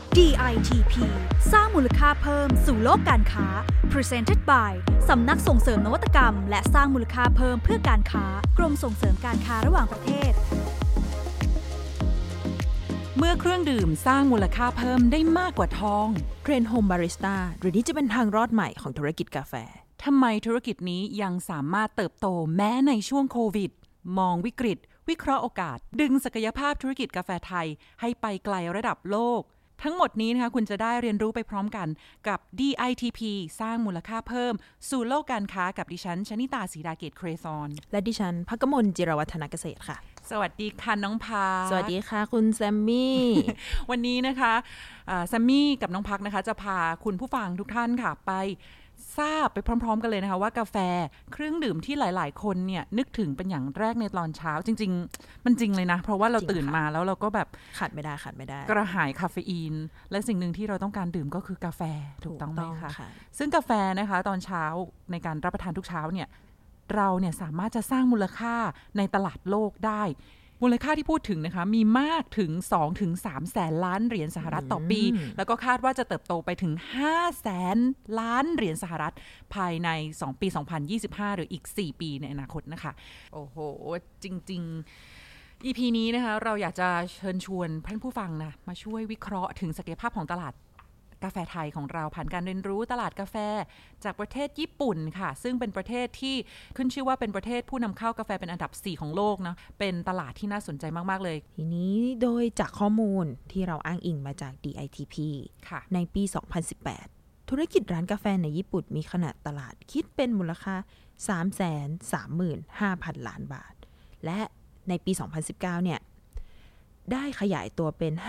DITP สร้างมูลค่าเพิ่มสู่โลกการค้า Presented by สำนักส่งเสริมนวัตกรรมและสร้างมูลค่าเพิ่มเพื่อการค้ากรมส่งเสริมการค้าระหว่างประเทศเมื่อเครื่องดื่มสร้างมูลค่าเพิ่มได้มากกว่าทองเทรนด์โฮมบาริสต้าหรือนี่จะเป็นทางรอดใหม่ของธุรกิจกาแฟทำไมธุรกิจนี้ยังสามารถเติบโตแม้ในช่วงโควิดมองวิกฤตวิเคราะห์โอกาสดึงศักยภาพธุรกิจกาแฟไทยให้ไปไกลระดับโลกทั้งหมดนี้นะคะคุณจะได้เรียนรู้ไปพร้อมกันกับ DITP สร้างมูลค่าเพิ่มสู่โลกการค้ากับดิฉันชนิตาศรีดาเกตเครซอนและดิฉันภักมลจิรวัฒนเกษตรค่ะสวัสดีค่ะน้องพาสวัสดีค่ะคุณแซมมี่วันนี้นะคะแซมมี่กับน้องพักนะคะจะพาคุณผู้ฟังทุกท่านค่ะไปทราบไปพร้อมๆกันเลยนะคะว่ากาแฟเครื่องดื่มที่หลายๆคนเนี่ยนึกถึงเป็นอย่างแรกในตอนเช้าจริงๆมันจริงเลยนะเพราะว่าเราตื่นมาแล้วเราก็แบบขาดไม่ได้กระหายคาเฟอีนและสิ่งหนึ่งที่เราต้องการดื่มก็คือกาแฟถูกต้องไหมคะซึ่งกาแฟนะคะตอนเช้าในการรับประทานทุกเช้าเนี่ยเราเนี่ยสามารถจะสร้างมูลค่าในตลาดโลกได้มูลค่าที่พูดถึงนะคะมีมากถึง 2-3 แสนล้านเหรียญสหรัฐต่อปีแล้วก็คาดว่าจะเติบโตไปถึง5แสนล้านเหรียญสหรัฐภายใน2ปี2025หรืออีก4ปีในอนาคตนะคะโอ้โหจริงๆ EP นี้นะคะเราอยากจะเชิญชวนท่านผู้ฟังนะมาช่วยวิเคราะห์ถึงศักยภาพของตลาดกาแฟไทยของเราผ่านการเรียนรู้ตลาดกาแฟจากประเทศญี่ปุ่นค่ะซึ่งเป็นประเทศที่ขึ้นชื่อว่าเป็นประเทศผู้นำเข้ากาแฟเป็นอันดับ4ของโลกนะเป็นตลาดที่น่าสนใจมากๆเลยทีนี้โดยจากข้อมูลที่เราอ้างอิงมาจาก DITP ในปี 2018 ธุรกิจร้านกาแฟในญี่ปุ่นมีขนาดตลาดคิดเป็นมูลค่า 335,000 ล้านบาทและในปี 2019 เนี่ยได้ขยายตัวเป็น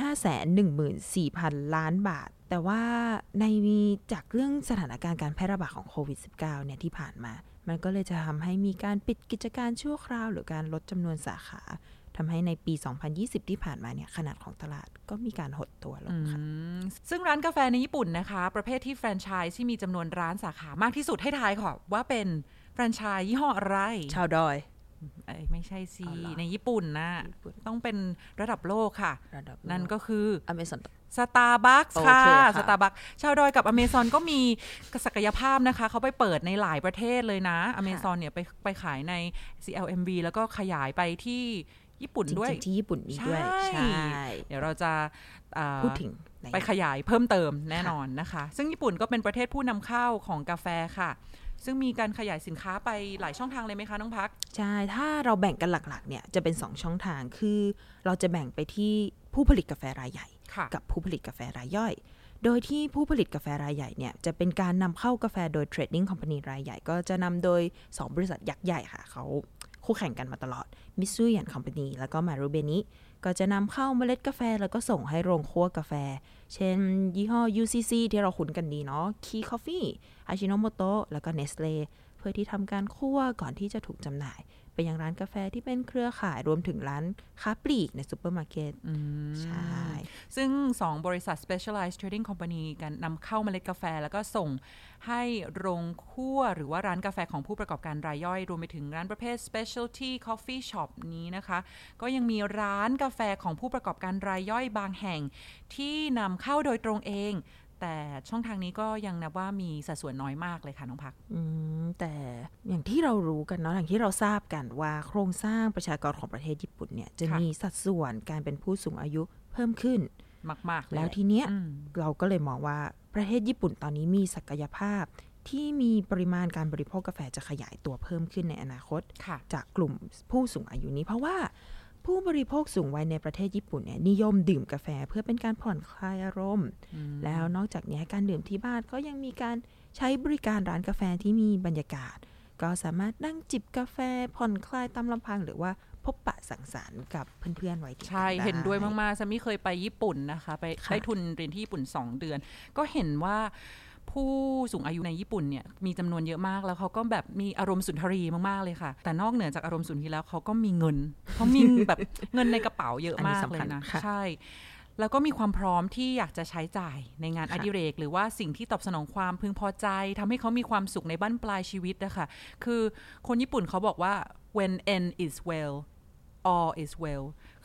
514,000 ล้านบาทแต่ว่าในจากเรื่องสถานการณ์การแพร่ระบาดของโควิด -19 เนี่ยที่ผ่านมามันก็เลยจะทำให้มีการปิดกิจการชั่วคราวหรือการลดจำนวนสาขาทำให้ในปี 2020 ที่ผ่านมาเนี่ยขนาดของตลาดก็มีการหดตัวลงค่ะซึ่งร้านกาแฟในญี่ปุ่นนะคะประเภทที่แฟรนไชส์ที่มีจำนวนร้านสาขามากที่สุดให้ทายค่ะว่าเป็นแฟรนไชส์ยี่ห้ออะไรชาวดอยไม่ใช่สิในญี่ปุ่นนะต้องเป็นระดับโลกค่ะนั่นก็คือ Amazon Starbucks ค่ะ Starbucks ชาวดอยกับ Amazon ก็มีศักยภาพนะคะเขาไปเปิดในหลายประเทศเลยนะ Amazon เนี่ยไปขายใน CLMV แล้วก็ขยายไปที่ญี่ปุ่นด้วยที่ญี่ปุ่นนี้ด้วยใช่เดี๋ยวเราจะพูดถึงไปขยายเพิ่มเติมแน่นอนนะคะซึ่งญี่ปุ่นก็เป็นประเทศผู้นำเข้าของกาแฟค่ะซึ่งมีการขยายสินค้าไปหลายช่องทางเลยไหมคะน้องพักใช่ถ้าเราแบ่งกันหลักๆเนี่ยจะเป็น2ช่องทางคือเราจะแบ่งไปที่ผู้ผลิตกาแฟรายใหญ่กับผู้ผลิตกาแฟรายย่อยโดยที่ผู้ผลิตกาแฟรายใหญ่เนี่ยจะเป็นการนำเข้ากาแฟโดย Trading Company รายใหญ่ก็จะนำโดย2บริษัทยักษ์ใหญ่ค่ะเขาคู่แข่งกันมาตลอด Mitsui & Company แล้วก็ Marubeni ก็จะนำเข้าเมล็ดกาแฟแล้วก็ส่งให้โรงคั่วกาแฟเช่นยี่ห้อ UCC ที่เราคุ้นกันดีเนาะ Key Coffee Ajinomoto แล้วก็ Nestle เพื่อที่ทำการคั่วก่อนที่จะถูกจำหน่ายไปยังร้านกาแฟที่เป็นเครือข่ายรวมถึงร้านค้าปลีกในซูเปอร์มาร์เก็ตใช่ซึ่ง2บริษัท Specialized Trading Company กันนำเข้าเมล็ดกาแฟแล้วก็ส่งให้โรงคั่วหรือว่าร้านกาแฟของผู้ประกอบการรายย่อยรวมไปถึงร้านประเภท Specialty Coffee Shop นี้นะคะก็ยังมีร้านกาแฟของผู้ประกอบการรายย่อยบางแห่งที่นำเข้าโดยตรงเองแต่ช่องทางนี้ก็ยังนับว่ามีสัดส่วนน้อยมากเลยค่ะน้องพักแต่อย่างที่เรารู้กันเนาะอย่างที่เราทราบกันว่าโครงสร้างประชากรของประเทศญี่ปุ่นเนี่ยจะมีสัดส่วนการเป็นผู้สูงอายุเพิ่มขึ้นมากๆแล้วทีเนี้ยเราก็เลยมองว่าประเทศญี่ปุ่นตอนนี้มีศักยภาพที่มีปริมาณการบริโภคกาแฟจะขยายตัวเพิ่มขึ้นในอนาคตจากกลุ่มผู้สูงอายุนี้เพราะว่าผู้บริโภคสูงวัยในประเทศญี่ปุ่นเนี่ยนิยมดื่มกาแฟเพื่อเป็นการผ่อนคลายอารมณ์แล้วนอกจากนี้การดื่มที่บ้านก็ยังมีการใช้บริการร้านกาแฟที่มีบรรยากาศก็สามารถนั่งจิบกาแฟผ่อนคลายตามลำพังหรือว่าพบปะสังสรรค์กับเพื่อนๆไว้ที่ใช่เห็นด้วยมากๆซัมมี่เคยไปญี่ปุ่นนะคะไปได้ทุนเรียนที่ญี่ปุ่น2 เดือนก็เห็นว่าผู้สูงอายุในญี่ปุ่นเนี่ยมีจำนวนเยอะมากแล้วเขาก็แบบมีอารมณ์สุนทรีมากๆเลยค่ะแต่นอกเหนือจากอารมณ์สุนทรีแล้วเขาก็มีเงินเขามีแบบเงินในกระเป๋าเยอะมากเลยนะใช่แล้วก็มีความพร้อมที่อยากจะใช้จ่ายในงานอดิเรกหรือว่าสิ่งที่ตอบสนองความพึงพอใจทำให้เขามีความสุขในบั้นปลายชีวิตนะคะคือคนญี่ปุ่นเขาบอกว่า when end is well all is well คื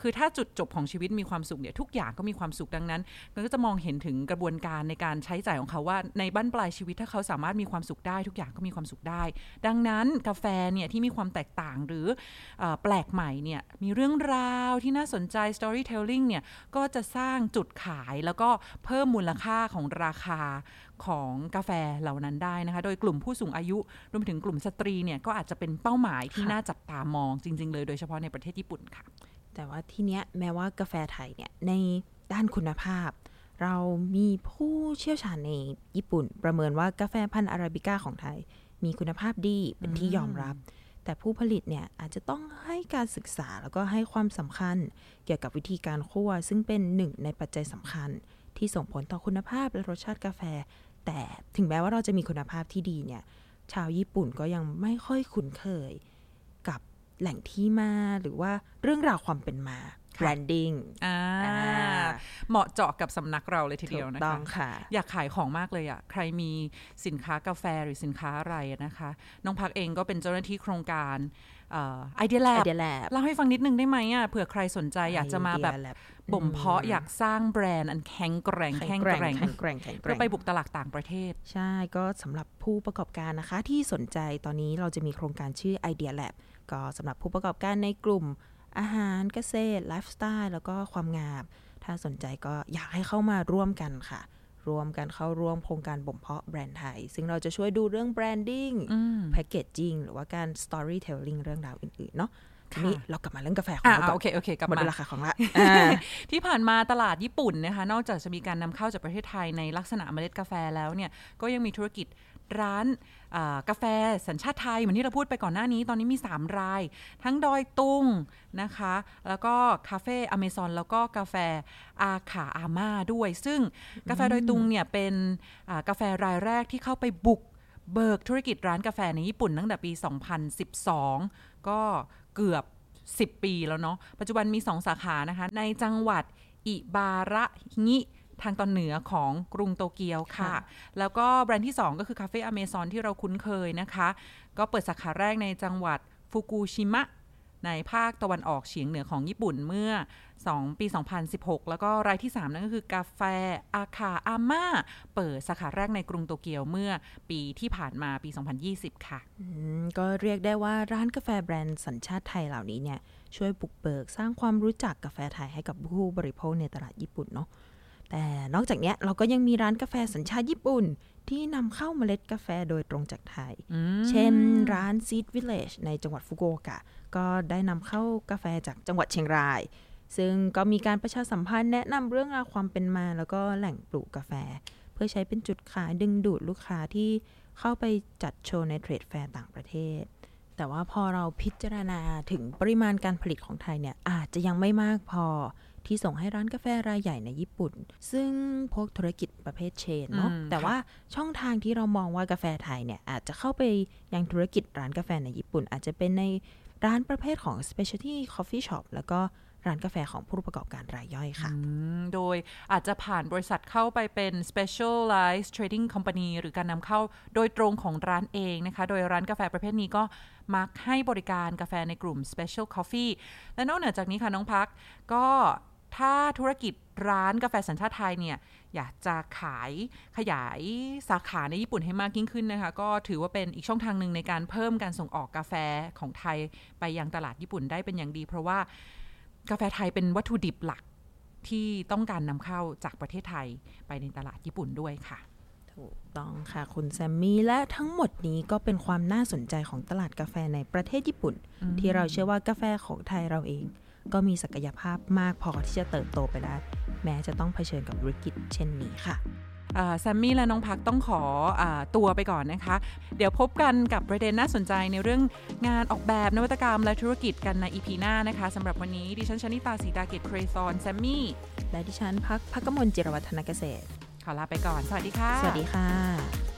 คือถ้าจุดจบของชีวิตมีความสุขเนี่ยทุกอย่างก็มีความสุขดังนั้นมันก็จะมองเห็นถึงกระบวนการในการใช้จ่ายของเขาว่าในบั้นปลายชีวิตถ้าเขาสามารถมีความสุขได้ทุกอย่างก็มีความสุขได้ดังนั้นกาแฟเนี่ยที่มีความแตกต่างหรือแปลกใหม่เนี่ยมีเรื่องราวที่น่าสนใจ storytelling เนี่ยก็จะสร้างจุดขายแล้วก็เพิ่มมูลค่าของราคาของกาแฟเหล่านั้นได้นะคะโดยกลุ่มผู้สูงอายุรวมถึงกลุ่มสตรีเนี่ยก็อาจจะเป็นเป้าหมายที่น่าจับตามองจริงๆเลยโดยเฉพาะในประเทศญี่ปุ่นค่ะแต่ว่าทีเนี้ยแม้ว่ากาแฟไทยเนี่ยในด้านคุณภาพเรามีผู้เชี่ยวชาญในญี่ปุ่นประเมินว่ากาแฟพันธุ์อาราบิก้าของไทยมีคุณภาพดีเป็นที่ยอมรับแต่ผู้ผลิตเนี่ยอาจจะต้องให้การศึกษาแล้วก็ให้ความสำคัญเกี่ยวกับวิธีการคั่วซึ่งเป็นหนึ่งในปัจจัยสำคัญที่ส่งผลต่อคุณภาพและรสชาติกาแฟแต่ถึงแม้ว่าเราจะมีคุณภาพที่ดีเนี่ยชาวญี่ปุ่นก็ยังไม่ค่อยคุ้นเคยกับแหล่งที่มาหรือว่าเรื่องราวความเป็นมา branding เหมาะเจาะกับสำนักเราเลยทีเดียวนะคะถูกต้องค่ะอยากขายของมากเลยอ่ะใครมีสินค้ากาแฟหรือสินค้าอะไรนะคะน้องพักเองก็เป็นเจ้าหน้าที่โครงการIdea Lab เล่าให้ฟังนิดนึงได้ไหมอ่ะเผื่อใครสนใจอยากจะมาแบบบ่มเพาะอยากสร้างแบรนด์อันแข็งแกร่งเพื่อไปบุกตลาดต่างประเทศใช่ก็สำหรับผู้ประกอบการนะคะที่สนใจตอนนี้เราจะมีโครงการชื่อ Idea Lab ก็สำหรับผู้ประกอบการในกลุ่มอาหารเกษตรไลฟ์สไตล์แล้วก็ความงามถ้าสนใจก็อยากให้เข้ามาร่วมกันค่ะร่วมกันเข้าร่วมโครงการบ่มเพาะแบรนด์ไทยซึ่งเราจะช่วยดูเรื่องแบรนดิ้งแพคเกจจิ้งหรือว่าการสตอรี่เทลลิ่งเรื่องราวอื่นๆเนาะทีนี้เรากลับมาเรื่องกาแฟของเราก่อนโอเคกลับมาราคาของละที่ผ่านมาตลาดญี่ปุ่นนะคะนอกจากจะมีการนำเข้าจากประเทศไทยในลักษณะเมล็ดกาแฟแล้วเนี่ยก็ยังมีธุรกิจร้านกาแฟสัญชาติไทยเหมือนที่เราพูดไปก่อนหน้านี้ตอนนี้มี3รายทั้งดอยตุงนะคะแล้วก็คาเฟ่อเมซอนแล้วก็กาแฟอาขาอาม่าด้วยซึ่งกาแฟดอยตุงเนี่ยเป็นกาแฟรายแรกที่เข้าไปบุกเบิกธุรกิจร้านกาแฟในญี่ปุ่นตั้งแต่ปี 2012 ก็เกือบ10 ปีแล้วเนาะปัจจุบันมี2สาขานะคะในจังหวัดอิบาระงิทางตอนเหนือของกรุงโตเกียวค่ะแล้วก็แบรนด์ที่2ก็คือคาเฟ่อเมซอนที่เราคุ้นเคยนะคะก็เปิดสาขาแรกในจังหวัดฟุกุชิมะในภาคตะวันออกเฉียงเหนือของญี่ปุ่นเมื่อปี 2016 แล้วก็รายที่3นั่นก็คือกาแฟอาคาอาม่าเปิดสาขาแรกในกรุงโตเกียวเมื่อปีที่ผ่านมาปี 2020 ค่ะก็เรียกได้ว่าร้านกาแฟแบรนด์สัญชาติไทยเหล่านี้เนี่ยช่วยบุกเบิกสร้างความรู้จักกาแฟไทยให้กับผู้บริโภคในตลาดญี่ปุ่นเนาะแต่นอกจากนี้เราก็ยังมีร้านกาแฟสัญชาติญี่ปุ่นที่นำเข้าเมล็ดกาแฟโดยตรงจากไทยเช่นร้าน Seed Village ในจังหวัดฟุกุโอกะก็ได้นำเข้ากาแฟจากจังหวัดเชียงรายซึ่งก็มีการประชาสัมพันธ์แนะนำเรื่องราวความเป็นมาแล้วก็แหล่งปลูกกาแฟเพื่อใช้เป็นจุดขายดึงดูดลูกค้าที่เข้าไปจัดโชว์ในเทรดแฟร์ต่างประเทศแต่ว่าพอเราพิจารณาถึงปริมาณการผลิตของไทยเนี่ยอาจจะยังไม่มากพอที่ส่งให้ร้านกาแฟรายใหญ่ในญี่ปุ่นซึ่งพวกธุรกิจประเภทเชนเนาะแต่ว่าช่องทางที่เรามองว่ากาแฟไทยเนี่ยอาจจะเข้าไปยังธุรกิจร้านกาแฟในญี่ปุ่นอาจจะเป็นในร้านประเภทของ specialty coffee shop แล้วก็ร้านกาแฟของผู้ประกอบการรายย่อยค่ะโดยอาจจะผ่านบริษัทเข้าไปเป็น specialized trading company หรือการนำเข้าโดยตรงของร้านเองนะคะโดยร้านกาแฟประเภทนี้ก็มักให้บริการกาแฟในกลุ่ม special coffee และนอกเหนือจากนี้ค่ะน้องพักก็ถ้าธุรกิจร้านกาแฟสัญชาติไทยเนี่ยอยากจะขยายสาขาในญี่ปุ่นให้มากยิ่งขึ้นนะคะก็ถือว่าเป็นอีกช่องทางหนึ่งในการเพิ่มการส่งออกกาแฟของไทยไปยังตลาดญี่ปุ่นได้เป็นอย่างดีเพราะว่ากาแฟไทยเป็นวัตถุดิบหลักที่ต้องการนำเข้าจากประเทศไทยไปในตลาดญี่ปุ่นด้วยค่ะถูกต้องค่ะคุณแซมมี่และทั้งหมดนี้ก็เป็นความน่าสนใจของตลาดกาแฟในประเทศญี่ปุ่นที่เราเชื่อว่ากาแฟของไทยเราเองก็มีศักยภาพมากพอที่จะเติบโตไปได้แม้จะต้องเผชิญกับวิกฤตเช่นนี้ค่ะแซมมี่และน้องพักต้องขอตัวไปก่อนนะคะเดี๋ยวพบกันกับประเด็นน่าสนใจในเรื่องงานออกแบบนวัตกรรมและธุรกิจกันใน EP หน้านะคะสำหรับวันนี้ดิฉันชนิตาศรีดาเกตเครซอนแซมมี่และดิฉันพักกมลจิรวัฒนเกษตรขอลาไปก่อนสวัสดีค่ะสวัสดีค่ะ